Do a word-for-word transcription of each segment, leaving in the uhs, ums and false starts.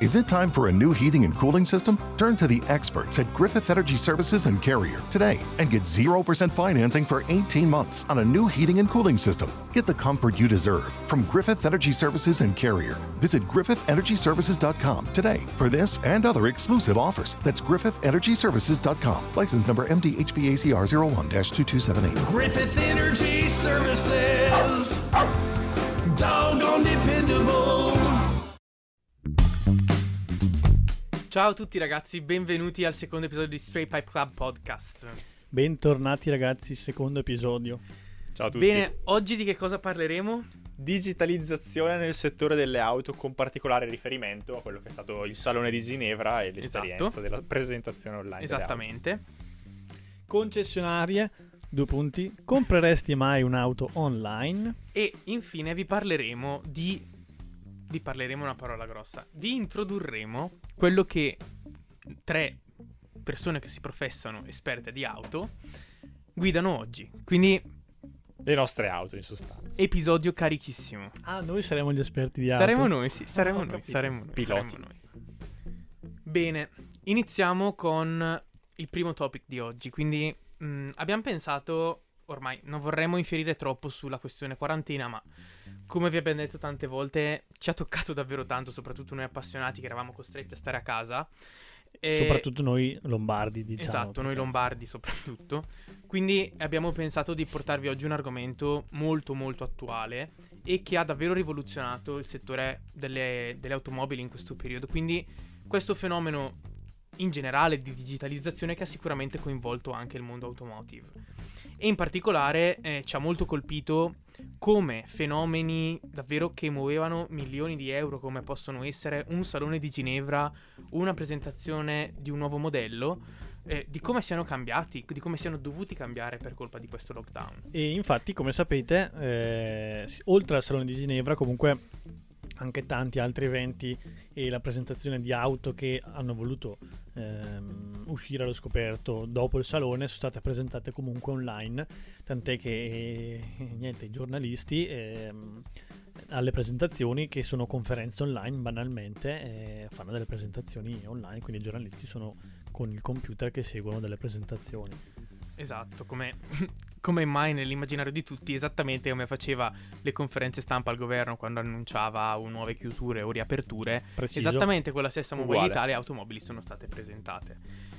Is it time for a new heating and cooling system? Turn to the experts at Griffith Energy Services and Carrier today and get zero percent financing for eighteen months on a new heating and cooling system. Get the comfort you deserve from Griffith Energy Services and Carrier. Visit griffith energy services dot com today for this and other exclusive offers. That's griffith energy services dot com. License number M D H V A C R zero one dash two two seven eight. Griffith Energy Services. Doggone dependable. Ciao a tutti ragazzi, benvenuti al secondo episodio di Straight Pipe Club Podcast. Bentornati ragazzi, secondo episodio. Ciao a tutti. Bene, oggi di che cosa parleremo? Digitalizzazione nel settore delle auto, con particolare riferimento a quello che è stato il Salone di Ginevra e l'esperienza Esatto. della presentazione online. Esattamente. Concessionarie, due punti. Compreresti mai un'auto online? E infine vi parleremo di... Vi parleremo una parola grossa. Vi introdurremo quello che tre persone che si professano esperte di auto guidano oggi. Quindi Le nostre auto, in sostanza. episodio carichissimo. Ah, noi saremo gli esperti di auto. Saremo noi, sì, saremo Ah, ho noi, capito. saremo noi, Piloti. saremo noi. Bene, iniziamo con il primo topic di oggi. Quindi mh, abbiamo pensato, ormai non vorremmo infierire troppo sulla questione quarantena, ma come vi abbiamo detto tante volte, ci ha toccato davvero tanto, soprattutto noi appassionati che eravamo costretti a stare a casa. E... Soprattutto noi lombardi, diciamo. Esatto, noi perché- lombardi soprattutto. Quindi abbiamo pensato di portarvi oggi un argomento molto molto attuale e che ha davvero rivoluzionato il settore delle, delle automobili in questo periodo. Quindi questo fenomeno in generale di digitalizzazione che ha sicuramente coinvolto anche il mondo automotive. E in particolare eh, ci ha molto colpito come fenomeni davvero che muovevano milioni di euro, come possono essere un salone di Ginevra, una presentazione di un nuovo modello, eh, di come siano cambiati, di come siano dovuti cambiare per colpa di questo lockdown. E infatti, come sapete, eh, s- oltre al Salone di Ginevra, comunque anche tanti altri eventi e la presentazione di auto che hanno voluto ehm, uscire allo scoperto dopo il salone sono state presentate comunque online, tant'è che eh, niente, i giornalisti ehm, alle presentazioni, che sono conferenze online banalmente, eh, fanno delle presentazioni online, quindi i giornalisti sono con il computer che seguono delle presentazioni. Esatto, come, come mai nell'immaginario di tutti, esattamente come faceva le conferenze stampa al governo quando annunciava o nuove chiusure o riaperture. Preciso. Esattamente con la stessa Uguale. modalità le automobili sono state presentate.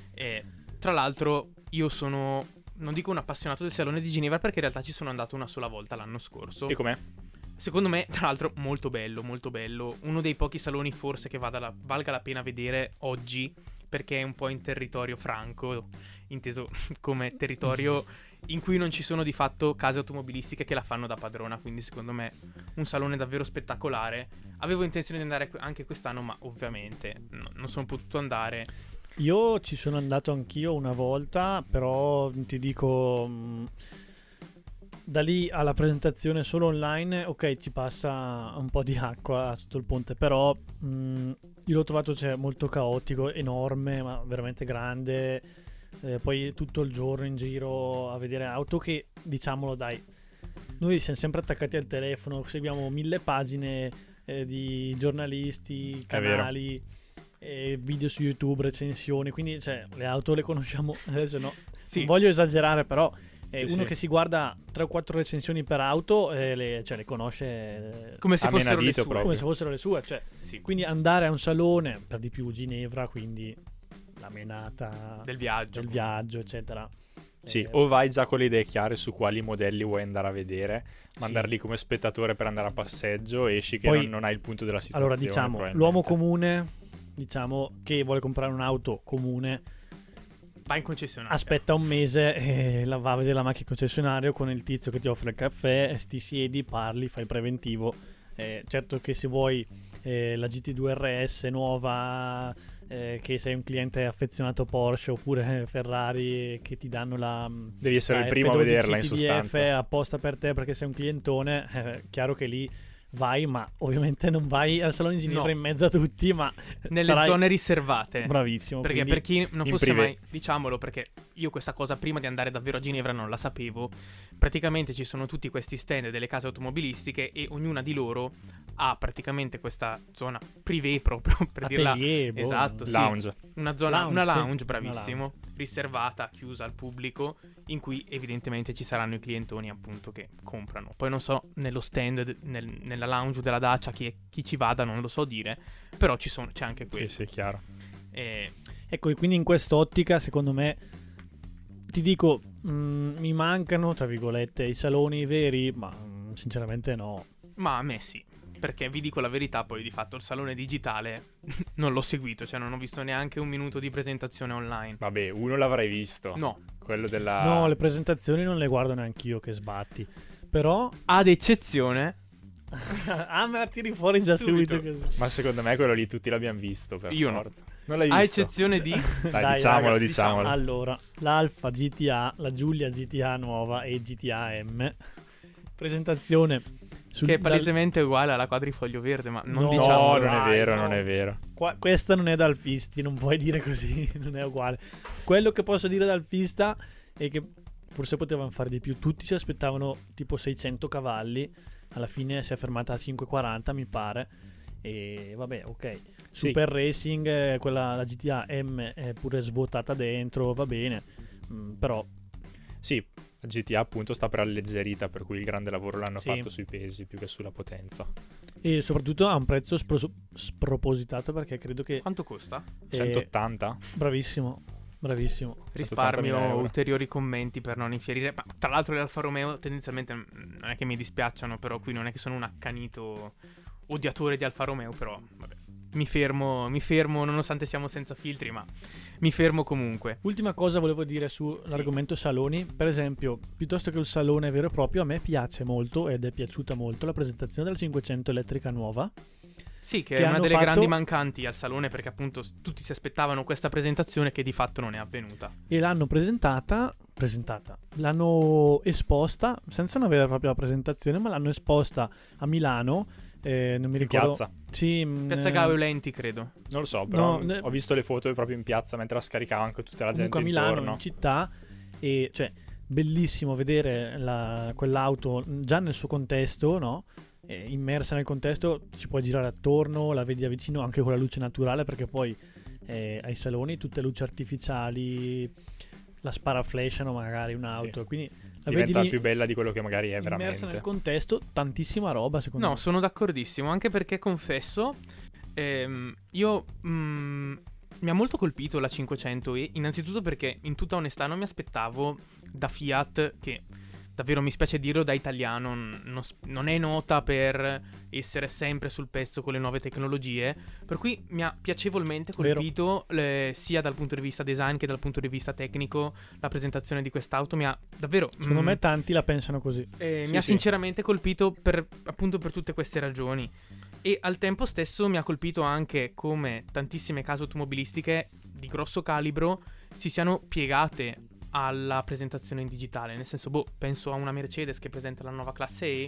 E tra l'altro io sono, non dico un appassionato del Salone di Ginevra, perché in realtà ci sono andato una sola volta l'anno scorso. E com'è? Secondo me, tra l'altro, molto bello, molto bello. Uno dei pochi saloni forse che vada la- valga la pena vedere oggi, perché è un po' in territorio franco, inteso come territorio in cui non ci sono di fatto case automobilistiche che la fanno da padrona. Quindi secondo me un salone davvero spettacolare. Avevo intenzione di andare anche quest'anno, ma ovviamente no- non sono potuto andare. Io ci sono andato anch'io una volta, però ti dico, mh, da lì alla presentazione solo online, ok, ci passa un po' di acqua sotto il ponte, però mh, io l'ho trovato, cioè, molto caotico, enorme, ma veramente grande. Eh, poi tutto il giorno in giro a vedere auto che, diciamolo dai, noi siamo sempre attaccati al telefono, seguiamo mille pagine eh, di giornalisti, È vero. canali, eh, video su YouTube, recensioni, quindi cioè, le auto le conosciamo, adesso no, Sì. non voglio esagerare, però eh, Sì, uno sì. che si guarda tre o quattro recensioni per auto, eh, le, cioè, le conosce eh, Come se A fossero le menadito sue. proprio. come se fossero le sue, cioè, Sì, quindi andare a un salone, per di più Ginevra, quindi la menata del viaggio. del viaggio, eccetera. Sì, Eh, o vai già con le idee chiare su quali modelli vuoi andare a vedere, ma andare Sì. lì come spettatore per andare a passeggio, esci che Poi- non, non hai il punto della situazione. Allora, diciamo, probabilmente. l'uomo comune, diciamo, che vuole comprare un'auto comune, Va in concessionaria. aspetta un mese e la va a vedere la macchina concessionario con il tizio che ti offre il caffè, e ti siedi, parli, fai il preventivo. Eh, certo che se vuoi eh, la G T due R S nuova, eh, che sei un cliente affezionato Porsche oppure Ferrari, che ti danno la Devi essere la il primo a F dodici vederla, in T D F sostanza. apposta per te perché sei un clientone, eh, chiaro che lì vai, ma ovviamente non vai al Salone di Ginevra No. in mezzo a tutti, ma Nelle sarai zone riservate. bravissimo. Perché quindi- per chi non in fosse privé. mai, diciamolo, perché io questa cosa prima di andare davvero a Ginevra non la sapevo. Praticamente ci sono tutti questi stand delle case automobilistiche e ognuna di loro ha praticamente questa zona privé proprio, per dirla. atelier, boh, Esatto, sì. Lounge. Una zona, Lounge, una sì. lounge, Una bravissimo, riservata, chiusa al pubblico, in cui evidentemente ci saranno i clientoni appunto che comprano. Poi non so nello stand, de- nel- nella lounge della Dacia chi, è- chi ci vada, non lo so dire, però ci sono, c'è anche Sì, quello. sì, chiaro. E Ecco, e quindi in quest'ottica, secondo me, ti dico, mh, mi mancano, tra virgolette, i saloni veri, ma mh, sinceramente no. Ma a me sì, perché vi dico la verità, poi di fatto il salone digitale non l'ho seguito, cioè non ho visto neanche un minuto di presentazione online. Vabbè, uno l'avrei visto. No, Quello della... No, le presentazioni non le guardo neanch'io, che sbatti. Però... ad eccezione, ah, me la tiri fuori già subito, Subito. così. Ma secondo me quello lì tutti l'abbiamo visto, per Io no. forza. Non l'hai a visto? eccezione di... Dai, Dai, diciamolo, raga, diciamolo. Allora, l'Alfa G T A, la Giulia G T A nuova e G T A M. Presentazione sul, che è dal- palesemente uguale alla quadrifoglio verde, ma non No, No, diciamo. non è dai, vero, no. non è vero. qua- questa non è dal Fisti, non puoi dire così, non è uguale. Quello che posso dire dal Pista è che forse potevano fare di più. Tutti si aspettavano tipo seicento cavalli, alla fine si è fermata a cinquecentoquaranta mi pare. E vabbè, ok. Sì. Super Racing, eh, quella la G T A M è pure svuotata dentro, va bene. Mm, però Sì, la G T A appunto sta per alleggerita, per cui il grande lavoro l'hanno Sì. fatto sui pesi più che sulla potenza. e soprattutto ha un prezzo spro- spropositato, perché credo che Quanto costa? eh, centottanta? bravissimo, bravissimo. Risparmio centottantamila euro. ulteriori commenti per non infierire. Ma tra l'altro le Alfa Romeo tendenzialmente mm, non è che mi dispiacciono, però qui non è che sono un accanito odiatore di Alfa Romeo, però vabbè. Mi fermo, mi fermo nonostante siamo senza filtri, ma mi fermo comunque. Ultima cosa volevo dire sull'argomento saloni. Per esempio, piuttosto che il salone vero e proprio, a me piace molto ed è piaciuta molto la presentazione della cinquecento elettrica nuova. Sì, che, Che è una hanno delle fatto- grandi mancanti al salone, perché appunto s- tutti si aspettavano questa presentazione che di fatto non è avvenuta. E l'hanno presentata, presentata, l'hanno esposta, senza una vera e propria presentazione, ma l'hanno esposta a Milano. Eh, non mi In ricordo. piazza? Sì, mh, Piazza eh, Gaulenti, credo. Non lo so, però No, ne- ho visto le foto proprio in piazza mentre la scaricavano con tutta la gente comunque a Milano, intorno. in città, e cioè bellissimo vedere la- quell'auto già nel suo contesto, no? Eh, immersa nel contesto, ci puoi girare attorno, la vedi da vicino anche con la luce naturale, perché poi eh, ai saloni tutte luci artificiali la sparaflashano magari un'auto, Sì. quindi la Diventa vedi lì più bella di quello che magari è immersa veramente. nel contesto, tantissima roba secondo No, me. sono d'accordissimo, anche perché confesso, ehm, io mm, mi ha molto colpito la cinquecento e innanzitutto perché in tutta onestà non mi aspettavo da Fiat, che davvero mi spiace dirlo da italiano, n- non, s- non è nota per essere sempre sul pezzo con le nuove tecnologie, per cui mi ha piacevolmente Vero. colpito le- sia dal punto di vista design che dal punto di vista tecnico. La presentazione di quest'auto mi ha davvero... Secondo mm, me tanti la pensano così. eh, Sì, mi ha sì. sinceramente colpito per, appunto per tutte queste ragioni. E al tempo stesso mi ha colpito anche come tantissime case automobilistiche di grosso calibro si siano piegate alla presentazione in digitale. Nel senso, boh, penso a una Mercedes che presenta la nuova classe E.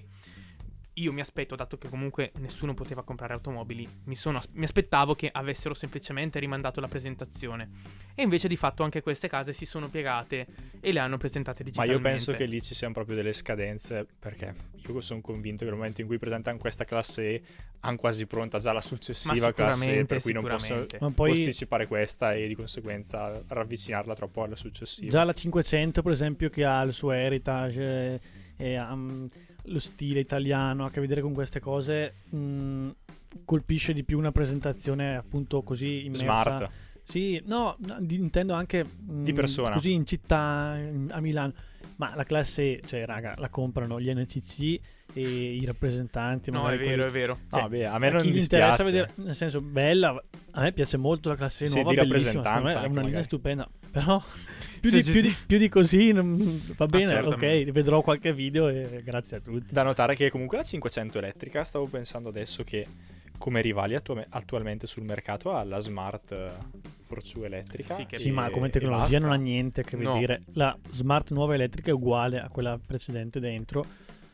Io mi aspetto, dato che comunque nessuno poteva comprare automobili, mi, sono, mi aspettavo che avessero semplicemente rimandato la presentazione. E invece di fatto anche queste case si sono piegate e le hanno presentate Ma digitalmente. io penso che lì ci siano proprio delle scadenze, perché io sono convinto che nel momento in cui presentano questa classe E hanno quasi pronta già la successiva Ma classe E, sicuramente, per cui non possono sicuramente. Ma poi posticipare questa e di conseguenza ravvicinarla troppo alla successiva. già la cinquecento per esempio, che ha il suo heritage e, e ha mm, lo stile italiano, ha a che vedere con queste cose, mm, colpisce di più una presentazione appunto così immersa. Smart. Sì, no, no, di- intendo anche mm, Di persona. così in città, in- a Milano. Ma la classe E, cioè raga, la comprano gli N C C e i rappresentanti. No, magari è vero, quelli- è vero. No, cioè, vabbè, a me a non chi gli dispiace. interessa vedere, nel senso, bella, a me piace molto la classe E Sì, nuova, di bellissima, secondo rappresentanza me è anche una linea magari. stupenda, però più, Sì, di, più, di, più di così non- va bene, certamente. ok, vedrò qualche video e grazie a tutti. Da notare che comunque la cinquecento elettrica, stavo pensando adesso che come rivali attua- attualmente sul mercato ha la Smart eh, Fortwo elettrica. Sì, che- Sì, e- ma come e tecnologia non ha basta. niente a che No. vedere. La Smart nuova elettrica è uguale a quella precedente dentro.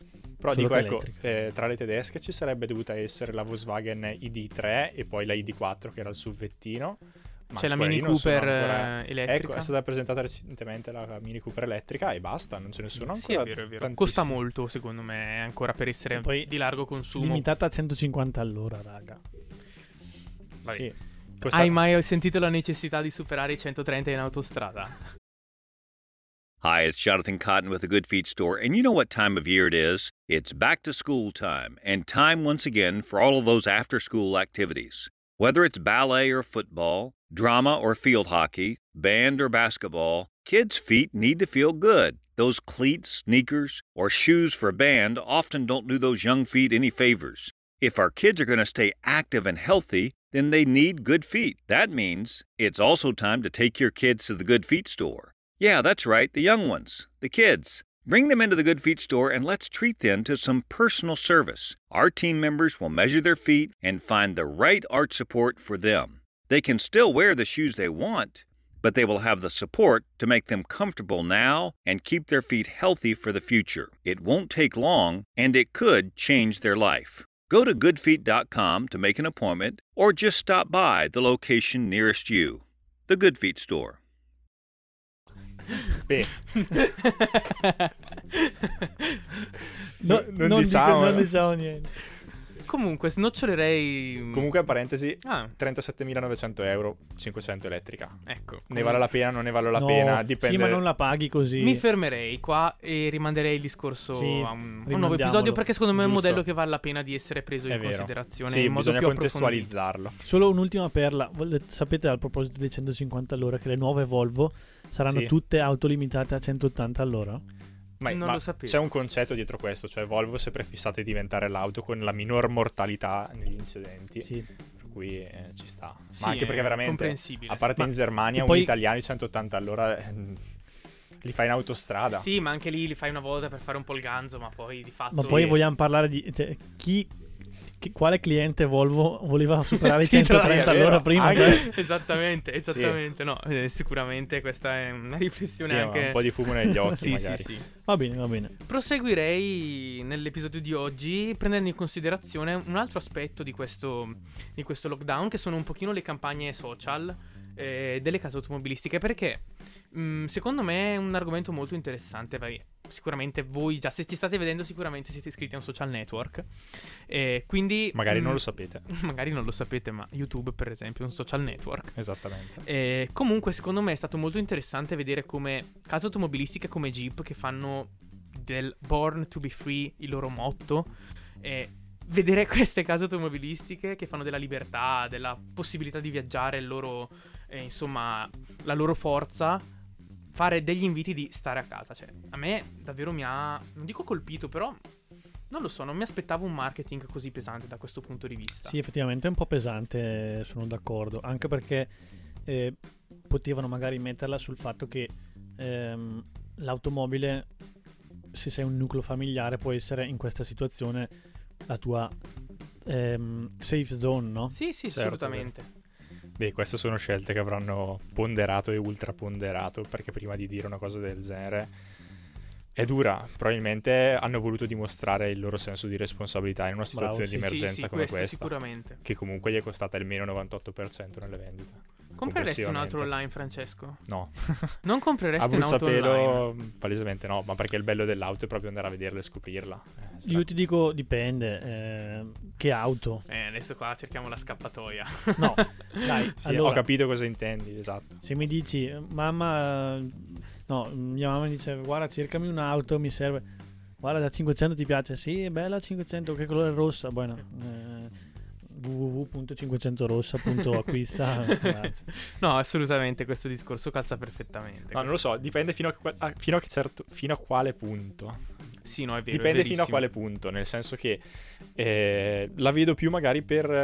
Però Solo dico, che ecco, elettrica. eh, tra le tedesche ci sarebbe dovuta essere la Volkswagen I D tre e poi la I D quattro che era il suvvettino. Ma C'è la ancora Mini lì non sono Cooper ancora- eh, elettrica. Ecco, è stata presentata recentemente la Mini Cooper elettrica e basta, non ce ne sono Sì, ancora è vero, è vero. tantissime. Costa molto, secondo me, ancora per essere E poi di largo consumo. Limitata a centocinquanta all'ora, raga. Vabbè, Sì. questa- Hai mai sentito la necessità di superare i centotrenta in autostrada? Hi, it's Jonathan Cotton with the Good Feet Store, and you know what time of year it is? It's back to school time, and time once again for all of those after school activities. Whether it's ballet or football, drama or field hockey, band or basketball, kids' feet need to feel good. Those cleats, sneakers, or shoes for band often don't do those young feet any favors. If our kids are going to stay active and healthy, then they need good feet. That means it's also time to take your kids to the Good Feet Store. Yeah, that's right, the young ones, the kids. Bring them into the Good Feet Store and let's treat them to some personal service. Our team members will measure their feet and find the right arch support for them. They can still wear the shoes they want, but they will have the support to make them comfortable now and keep their feet healthy for the future. It won't take long, and it could change their life. Go to good feet dot com to make an appointment or just stop by the location nearest you. The Good Feet Store. Beh, No, non non, diciamo, dico- non no? diciamo niente. Comunque, snocciolerei... comunque a parentesi, Ah, trentasettemilanovecento euro, cinquecento elettrica. ecco. Ne vale la pena, non ne vale la No, pena, dipende. Sì, ma non la paghi così. Mi fermerei qua e rimanderei il discorso Sì, a un, a un nuovo rimandiamolo. episodio, perché secondo me è un Giusto. modello che vale la pena di essere preso È in vero. considerazione Sì, in modo bisogna più approfondito. contestualizzarlo. Solo un'ultima perla. Vole- Sapete a proposito dei centocinquanta all'ora che le nuove Volvo saranno Sì. tutte auto limitate a centottanta all'ora? Ma, Non ma lo sapevo. c'è un concetto dietro questo, cioè Volvo si è prefissata di diventare l'auto con la minor mortalità negli incidenti, Sì. per cui eh, ci sta. Sì, Ma anche è perché veramente, comprensibile. a parte Ma- in Germania, e un poi- italiano di centottanta all'ora eh, li fa in autostrada. Sì, ma anche lì li fai una volta per fare un po' il ganzo, ma poi di fatto... Ma Sì. poi vogliamo parlare di... Cioè, chi... chi- quale cliente Volvo voleva superare i Sì, tra- centotrenta è vero, all'ora prima? anche- Cioè, Esattamente, esattamente. No, eh, sicuramente questa è una riflessione Sì, anche... un po' di fumo negli occhi sì, magari. sì, sì. va bene, va bene. Proseguirei nell'episodio di oggi prendendo in considerazione un altro aspetto di questo, di questo lockdown, che sono un pochino le campagne social eh, delle case automobilistiche, perché mh, secondo me è un argomento molto interessante. Vai, sicuramente voi già, se ci state vedendo, sicuramente siete iscritti a un social network, eh, quindi Magari mh, non lo sapete. magari non lo sapete, ma YouTube per esempio è un social network. Esattamente. Eh, comunque, secondo me è stato molto interessante vedere come case automobilistiche come Jeep, che fanno del Born to be Free il loro motto, e vedere queste case automobilistiche che fanno della libertà, della possibilità di viaggiare, il loro, eh, insomma, la loro forza, fare degli inviti di stare a casa. Cioè, a me davvero mi ha, non dico colpito, però non lo so, non mi aspettavo un marketing così pesante da questo punto di vista. Sì, effettivamente è un po' pesante, sono d'accordo. Anche perché eh, potevano magari metterla sul fatto che ehm, l'automobile, se sei un nucleo familiare, può essere in questa situazione la tua ehm, safe zone, no? Sì, sì, Certo, assolutamente. Beh, queste sono scelte che avranno ponderato e ultra ponderato, perché prima di dire una cosa del genere è dura. Probabilmente hanno voluto dimostrare il loro senso di responsabilità in una situazione sì, di Sì, emergenza sì, come questo questa, sicuramente. che comunque gli è costata il meno novantotto per cento nelle vendite. Compreresti un'auto complessivamente. online, Francesco? No. Non A compreresti un'auto online? bruciapelo palesemente no, ma perché il bello dell'auto è proprio andare a vederla e scoprirla. Eh, stra- Io ti dico, dipende. eh, che auto? Eh, adesso qua cerchiamo la scappatoia. No, dai, Sì, allora, ho capito cosa intendi, esatto. se mi dici, mamma, no, mia mamma mi dice, guarda, cercami un'auto, mi serve, guarda, da cinquecento ti piace? Sì, è bella cinquecento, che colore è rossa? Bueno, eh, w w w punto cinquecento rossa punto acquista. Grazie. No, assolutamente, questo discorso calza perfettamente. No, non lo so, dipende fino a, qua- a- fino a, che certo, fino a quale punto. Sì, no, è vero, è Dipende fino a verissimo. quale punto, nel senso che eh, la vedo più magari per eh,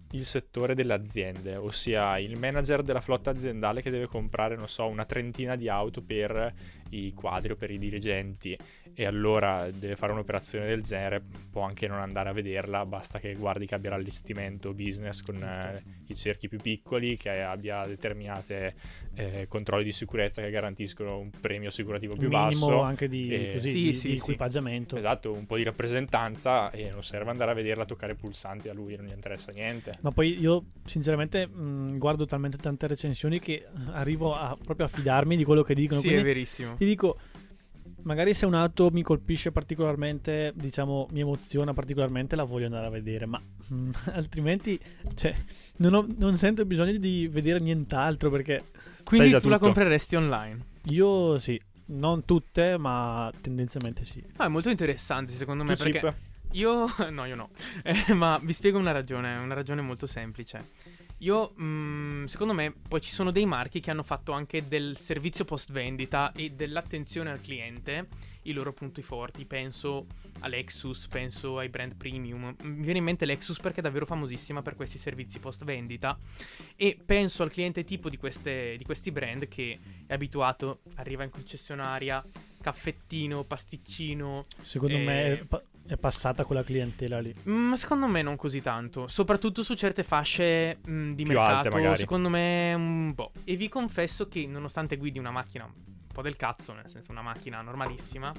il settore delle aziende, ossia il manager della flotta aziendale che deve comprare, non so, una trentina di auto per i quadri o per i dirigenti, e allora deve fare un'operazione del genere, può anche non andare a vederla, basta che guardi che abbia l'allestimento business con eh, i cerchi più piccoli, che abbia determinate eh, controlli di sicurezza che garantiscono un premio assicurativo più minimo basso, anche di, e- così, Sì, di, sì, di sì. equipaggiamento. esatto, un po' di rappresentanza, e non serve andare a vederla, toccare pulsanti, a lui non gli interessa niente. Ma poi io sinceramente mh, guardo talmente tante recensioni che arrivo a, proprio a fidarmi di quello che dicono. Sì, è Quindi verissimo. ti dico, magari se un'auto mi colpisce particolarmente, diciamo mi emoziona particolarmente, la voglio andare a vedere, ma mh, altrimenti cioè, non, ho- non sento bisogno di vedere nient'altro, perché Quindi già tu la tutto. compreresti online? io sì, non tutte, ma tendenzialmente sì. Ah, è molto interessante secondo me, Tu, perché Chip? io no, io no. Eh, ma vi spiego una ragione, una ragione molto semplice. Io, mm, secondo me, poi ci sono dei marchi che hanno fatto anche del servizio post vendita e dell'attenzione al cliente i loro punti forti. Penso a Lexus, penso ai brand premium. Mi viene in mente Lexus perché è davvero famosissima per questi servizi post vendita, e penso al cliente tipo di, queste, di questi brand che è abituato, arriva in concessionaria, caffettino, pasticcino. Secondo Eh, me è, pa- è passata quella clientela lì. Mm, secondo me non così tanto, soprattutto su certe fasce mm, di Più mercato. alte, magari. Secondo me un po'. E vi confesso che nonostante guidi una macchina un po' del cazzo, nel senso una macchina normalissima,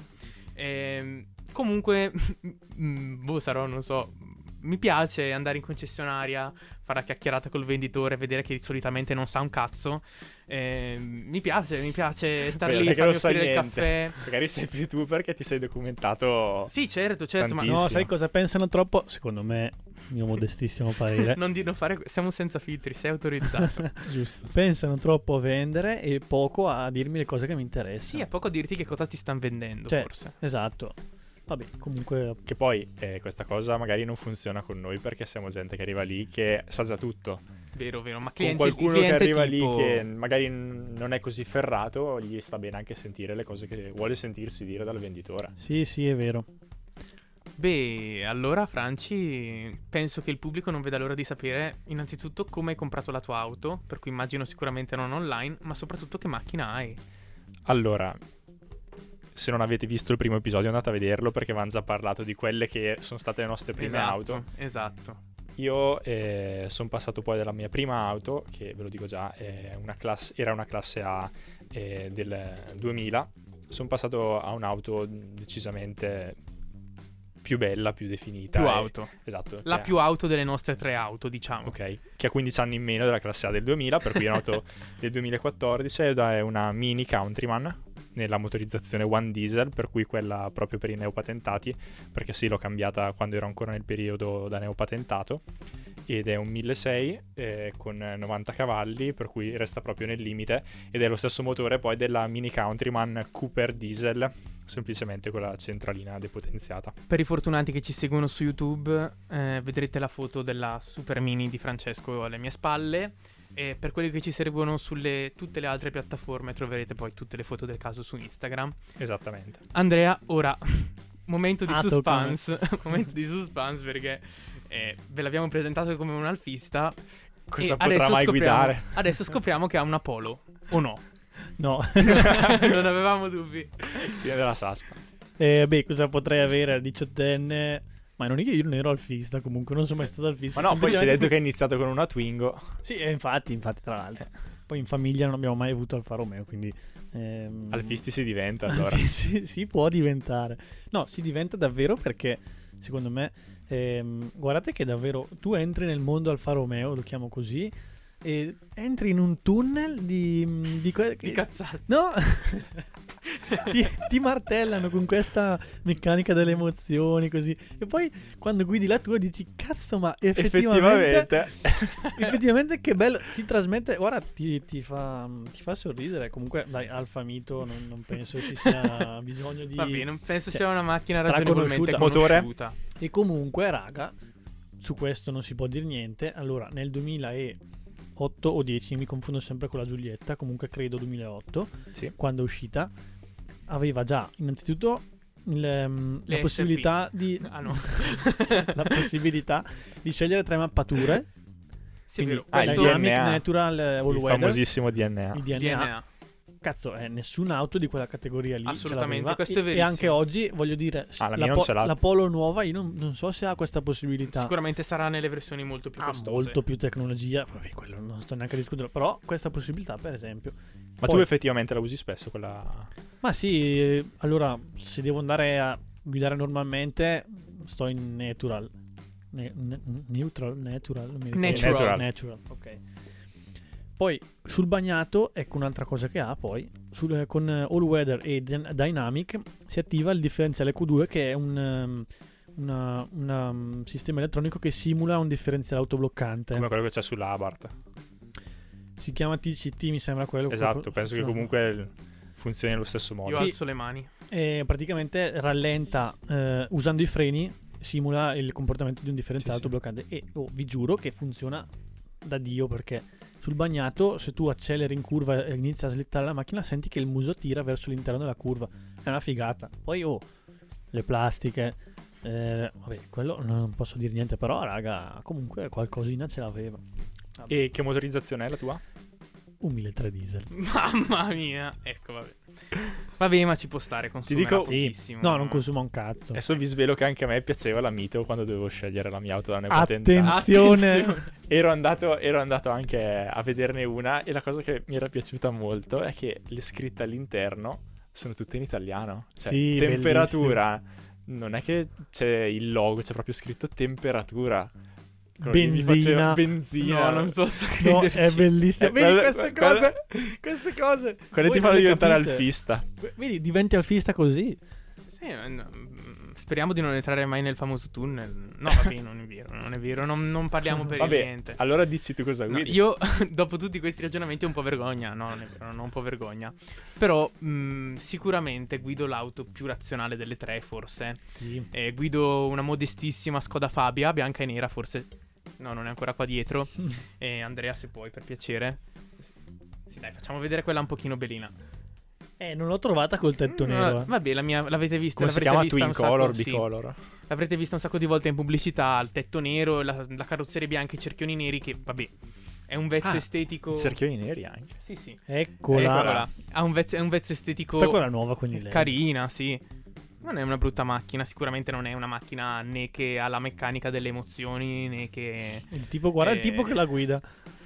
ehm, comunque mm, boh, sarò, non so, mi piace andare in concessionaria, fare la chiacchierata col venditore, vedere che solitamente non sa un cazzo. Ehm, mi piace, mi piace star Beh, lì, perché farmi non sai offrire il niente. caffè. Magari sei più tu perché ti sei documentato. Sì, certo, certo, ma Tantissimo. No, sai cosa pensano troppo? Secondo me, mio modestissimo parere, non di non fare, siamo senza filtri, sei autorizzato. giusto, pensano troppo a vendere e poco a dirmi le cose che mi interessano. Sì, è poco a dirti che cosa ti stanno vendendo, Cioè, forse. Esatto. Vabbè, comunque Che poi eh, questa cosa magari non funziona con noi perché siamo gente che arriva lì che sa già tutto. Vero, vero, ma Con clienti, qualcuno che cliente arriva tipo- lì che magari n- non è così ferrato, gli sta bene anche sentire le cose che vuole sentirsi dire dal venditore. sì, sì, è vero. Beh, allora Franci, penso che il pubblico non veda l'ora di sapere innanzitutto come hai comprato la tua auto, per cui immagino sicuramente non online, ma soprattutto che macchina hai. Allora, se non avete visto il primo episodio andate a vederlo perché avevamo già parlato di quelle che sono state le nostre prime esatto, auto. Esatto. Io eh, sono passato poi dalla mia prima auto, che ve lo dico già, è una classe, era una classe A eh, del duemila. Sono passato a un'auto decisamente più bella, più definita. Più e- auto. Esatto. La che- più auto delle nostre tre auto, diciamo. Ok, che ha quindici anni in meno della classe A del duemila, per cui è un'auto del duemilaquattordici ed è una Mini Countryman nella motorizzazione One Diesel, per cui quella proprio per i neopatentati, perché sì, l'ho cambiata quando ero ancora nel periodo da neopatentato, ed è un milleseicento eh, con novanta cavalli, per cui resta proprio nel limite, ed è lo stesso motore poi della Mini Countryman Cooper Diesel, semplicemente con la centralina depotenziata. Per i fortunati che ci seguono su YouTube, eh, vedrete la foto della Super Mini di Francesco alle mie spalle. E per quelli che ci seguono sulle tutte le altre piattaforme troverete poi tutte le foto del caso su Instagram. Esattamente. Andrea, ora momento di Ah, tocca a me. suspense, momento di suspense perché eh, ve l'abbiamo presentato come un alfista. Cosa e potrà adesso mai scopriamo- guidare? Adesso scopriamo che ha una Polo, o no? No. Non avevamo dubbi. Fine della saspa. Eh, beh, cosa potrei avere a diciottenne? Ma non è che io non ero alfista, comunque non sono mai stato alfista. Ma no, poi ci hai semplicemente- detto che hai iniziato con una Twingo. Sì, eh, infatti, infatti, tra l'altro. Poi in famiglia non abbiamo mai avuto Alfa Romeo, quindi... ehm, Alfisti si diventa allora. si, si può diventare. No, si diventa davvero perché, secondo me, ehm, guardate che davvero tu entri nel mondo Alfa Romeo, lo chiamo così, e entri in un tunnel di... Di, que- Di cazzate. No! ti, ti martellano con questa meccanica delle emozioni così. E poi quando guidi la tua dici cazzo, ma effettivamente Effettivamente. effettivamente che bello, ti trasmette, guarda, ti, ti fa ti fa sorridere. Comunque dai, Alfa Mito non, non penso ci sia bisogno di... Va bene, non penso cioè, sia una macchina straconosciuta. ragionevolmente Motore? conosciuta. E comunque raga, su questo non si può dire niente. Allora nel duemilaotto o dieci, mi confondo sempre con la Giulietta, comunque credo duemilaotto, Sì. quando è uscita, aveva già innanzitutto il, ehm, Le la possibilità di Ah no. la possibilità di scegliere tre mappature Sì, è Quindi vero. Ah, il Questo- Dynamic D N A. Natural All Il Weather, famosissimo D N A. il D D N N A. A. Cazzo, eh, nessuna auto di quella categoria lì ce Assolutamente, l'aveva. questo è E- e, verissimo. anche oggi, voglio dire, Ah, la la, mia non ce l'ha. la Polo nuova, io non, non so se ha questa possibilità. Sicuramente sarà nelle versioni molto più Ha costose. molto più tecnologia, vabbè, quello non sto neanche a discutere, però questa possibilità, per esempio. Ma Poi- tu effettivamente la usi spesso quella... Ma sì, eh, allora, se devo andare a guidare normalmente, sto in natural. Ne- ne- neutral, natural, non mi ricordo. Natural. Natural. Natural, ok. Poi sul bagnato, ecco un'altra cosa che ha poi, sul- con eh, All Weather e Dy- Dynamic si attiva il differenziale Q due, che è un um, una- una, um, sistema elettronico che simula un differenziale autobloccante. come quello che c'è sulla Abarth. Si chiama T C T, mi sembra quello. Esatto, quello- penso che sì. comunque il- funzioni allo stesso modo. Io Sì. alzo le mani. E praticamente rallenta eh, usando i freni, simula il comportamento di un differenziale Sì, sì. autobloccante. E oh, vi giuro che funziona da Dio, perché sul bagnato, se tu acceleri in curva e inizi a slittare la macchina, senti che il muso tira verso l'interno della curva. È una figata. Poi oh, le plastiche, eh, vabbè, quello non posso dire niente, però raga, comunque qualcosina ce l'aveva. E che motorizzazione è la tua? Un mille tre diesel. Mamma mia. Ecco, vabbè. Vabbè, ma ci può stare, consuma dico- Sì. pochissimo. No, non consuma un cazzo. Adesso vi svelo che anche a me piaceva la Mito quando dovevo scegliere la mia auto da neopatentata. Attenzione! Ero andato, ero andato anche a vederne una e la cosa che mi era piaciuta molto è che le scritte all'interno sono tutte in italiano. Cioè, Sì, temperatura, non è che c'è il logo, c'è proprio scritto temperatura. Quello che mi Benzina. faceva- benzina. No, non so se No, crederci. è bellissimo. Eh, Vedi quella- queste quella- cose? Queste cose. Quelle Voi ti non fanno le diventare capite. alfista. Vedi, diventi alfista così. Sì, eh, no, mm, speriamo di non entrare mai nel famoso tunnel. No, vabbè, non è vero, non è vero, non, non parliamo per il Vabbè, niente. allora dici tu cosa No, guidi. io, dopo tutti questi ragionamenti, ho un po' vergogna. No, non è vero, non ho un po' vergogna. Però, mh, sicuramente guido l'auto più razionale delle tre, forse. Sì. Eh, guido una modestissima Skoda Fabia, bianca e nera, forse. No, non è ancora qua dietro. E Andrea, se puoi, per piacere. Sì, dai, facciamo vedere quella un pochino belina. Eh, non l'ho trovata col tetto No, nero. eh. vabbè, la mia, l'avete vista. Come si l'avrete chiama? vista Twin un sacco, color, sì. bicolor. L'avrete vista un sacco di volte in pubblicità. Il tetto nero, la, la carrozzeria bianca, i cerchioni neri. Che, vabbè, è un vezzo Ah, estetico. I cerchioni neri anche. Sì, sì. Eccola. Eccola. Ha un vezzo, è un vezzo estetico Questa è quella nuova con i led. carina, sì. Non è una brutta macchina, sicuramente non è una macchina né che ha la meccanica delle emozioni né che... Il tipo, guarda il Eh. tipo che la guida.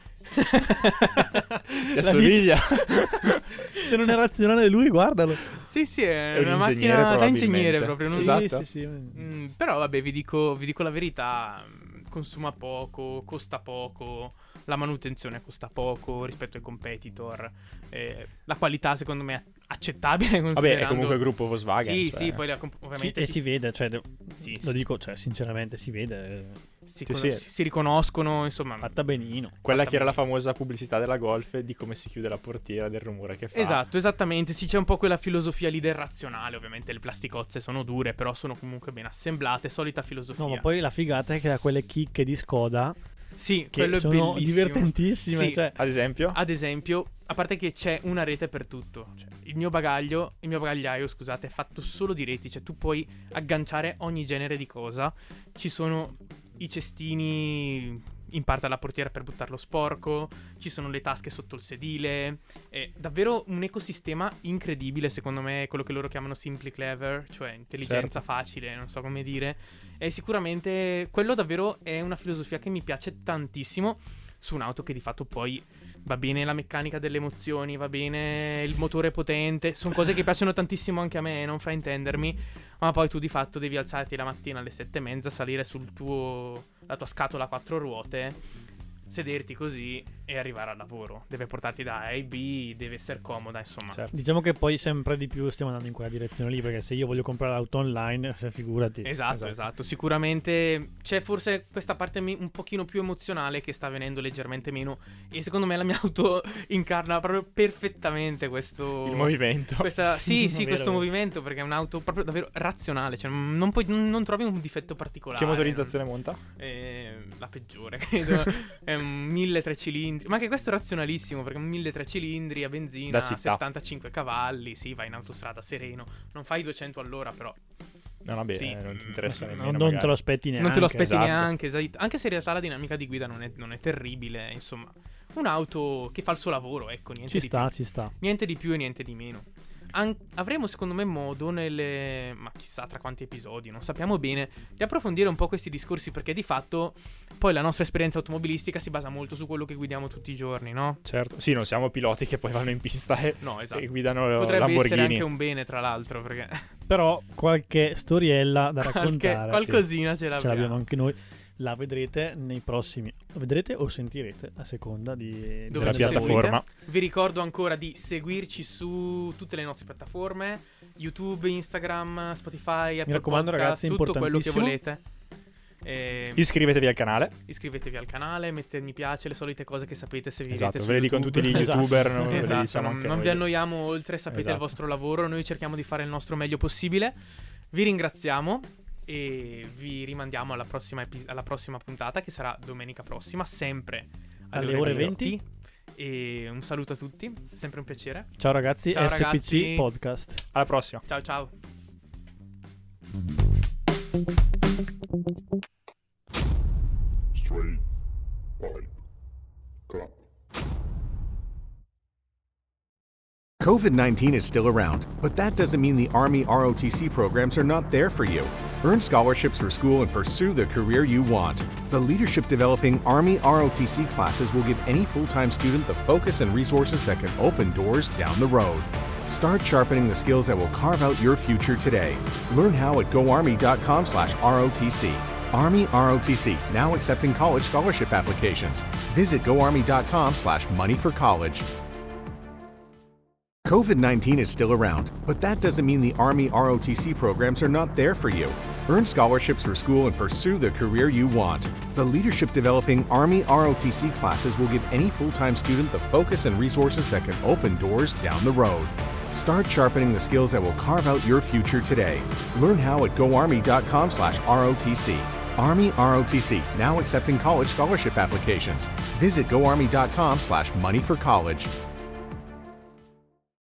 Gli La assomiglia. Se non è razionale lui, guardalo. Sì, sì, è, È un una ingegnere, macchina da ingegnere probabilmente. proprio. Non Sì. so. Esatto. Sì, sì, sì. Mm, però vabbè, vi dico, vi dico la verità, mm, consuma poco, costa poco, la manutenzione costa poco rispetto ai competitor. Eh, la qualità secondo me è accettabile Vabbè, considerando... è comunque il gruppo Volkswagen. Sì, cioè. sì, poi la comp- Sì, ovviamente e ti- si vede, cioè, de- sì, lo dico, cioè, sinceramente si vede, eh, si, Sì, con- sì. si- si riconoscono, insomma... fatta benino. Quella fatta che era la bene. famosa pubblicità della Golf di come si chiude la portiera, del rumore che fa. Esatto, esattamente. Sì, c'è un po' quella filosofia leader razionale. Ovviamente le plasticozze sono dure, però sono comunque ben assemblate. Solita filosofia. No, ma poi la figata è che ha quelle chicche di Skoda sì, che quello è sono bellissimo. divertentissime, Sì. cioè, Ad esempio? Ad esempio, a parte che c'è una rete per tutto. Cioè, il mio bagaglio, il mio bagagliaio, scusate, è fatto solo di reti. Cioè, tu puoi agganciare ogni genere di cosa. Ci sono i cestini in parte alla portiera per buttarlo sporco, ci sono le tasche sotto il sedile, è davvero un ecosistema incredibile, secondo me, quello che loro chiamano simply clever, cioè intelligenza Certo. facile, non so come dire, e sicuramente quello davvero è una filosofia che mi piace tantissimo su un'auto che di fatto poi va bene la meccanica delle emozioni, va bene il motore potente, sono cose che piacciono tantissimo anche a me, non fraintendermi, ma poi tu di fatto devi alzarti la mattina alle sette e mezza, salire sul tuo la tua scatola a quattro ruote, sederti così e arrivare al lavoro. Deve portarti da A a B, deve essere comoda, insomma. Certo. diciamo che poi sempre di più stiamo andando in quella direzione lì, perché se io voglio comprare l'auto online, se figurati. Esatto, Esatto. esatto. Sicuramente c'è forse questa parte mi- un pochino più emozionale che sta venendo leggermente meno. E secondo me la mia auto incarna proprio perfettamente questo. Il movimento. Questa, sì, sì, Vero, questo vero. movimento, perché è un'auto proprio davvero razionale. Cioè, non, puoi, non, non trovi un difetto particolare. Che motorizzazione monta? Eh, la peggiore, credo. È un mille tre cilindri. Ma anche questo è razionalissimo, perché un mille tre cilindri a benzina, Da città. settantacinque cavalli. Sì, vai in autostrada sereno. Non fai duecento all'ora, però No, vabbè, Sì. eh, non ti interessa nemmeno. Non, non te magari. lo aspetti neanche. Non te lo aspetti esatto. neanche, esatto. Anche se in realtà la dinamica di guida non è, non è terribile, insomma. Un'auto che fa il suo lavoro, ecco, niente Ci di sta, più. ci sta. Niente di più e niente di meno. An- avremo secondo me modo nelle... ma chissà tra quanti episodi, non sappiamo bene, di approfondire un po' questi discorsi, perché di fatto poi la nostra esperienza automobilistica si basa molto su quello che guidiamo tutti i giorni, no? Certo, sì, non siamo piloti che poi vanno in pista e, No, esatto. e guidano Potrebbe Lamborghini. essere anche un bene, tra l'altro, perché Però qualche storiella da qualche, raccontare. qualcosina ce Ce l'abbiamo. l'abbiamo anche noi. La vedrete nei prossimi. La vedrete o sentirete a seconda di Dove della ci piattaforma. seguite. Vi ricordo ancora di seguirci su tutte le nostre piattaforme: YouTube, Instagram, Spotify, Apple raccomando, Podcast, ragazzi, è tutto quello che importantissimo. volete. E Iscrivetevi al canale. iscrivetevi al canale, mettete mi piace, le solite cose che sapete se vi Esatto, vedete su ve le dicono YouTube. tutti gli Esatto. youtuber. Non ve le Esatto, diciamo non, anche non noi. vi annoiamo oltre, sapete Esatto. il vostro lavoro, noi cerchiamo di fare il nostro meglio possibile. Vi ringraziamo e vi rimandiamo alla prossima, epi- alla prossima puntata, che sarà domenica prossima, sempre alle, Alle ore venti. E un saluto a tutti, sempre un piacere. Ciao ragazzi, Ciao S P C ragazzi. Podcast. Alla prossima. Ciao ciao. Straight pipe cup. COVID nineteen is still around, but that doesn't mean the Army R O T C programs are not there for you. Earn scholarships for school and pursue the career you want. The Leadership Developing Army R O T C classes will give any full-time student the focus and resources that can open doors down the road. Start sharpening the skills that will carve out your future today. Learn how at goarmy.com slash ROTC. Army R O T C, now accepting college scholarship applications. Visit goarmy.com slash money for college. COVID nineteen is still around, but that doesn't mean the Army R O T C programs are not there for you. Earn scholarships for school and pursue the career you want. The Leadership Developing Army R O T C classes will give any full-time student the focus and resources that can open doors down the road. Start sharpening the skills that will carve out your future today. Learn how at goarmy.com slash ROTC. Army R O T C, now accepting college scholarship applications. Visit goarmy.com slash money for college.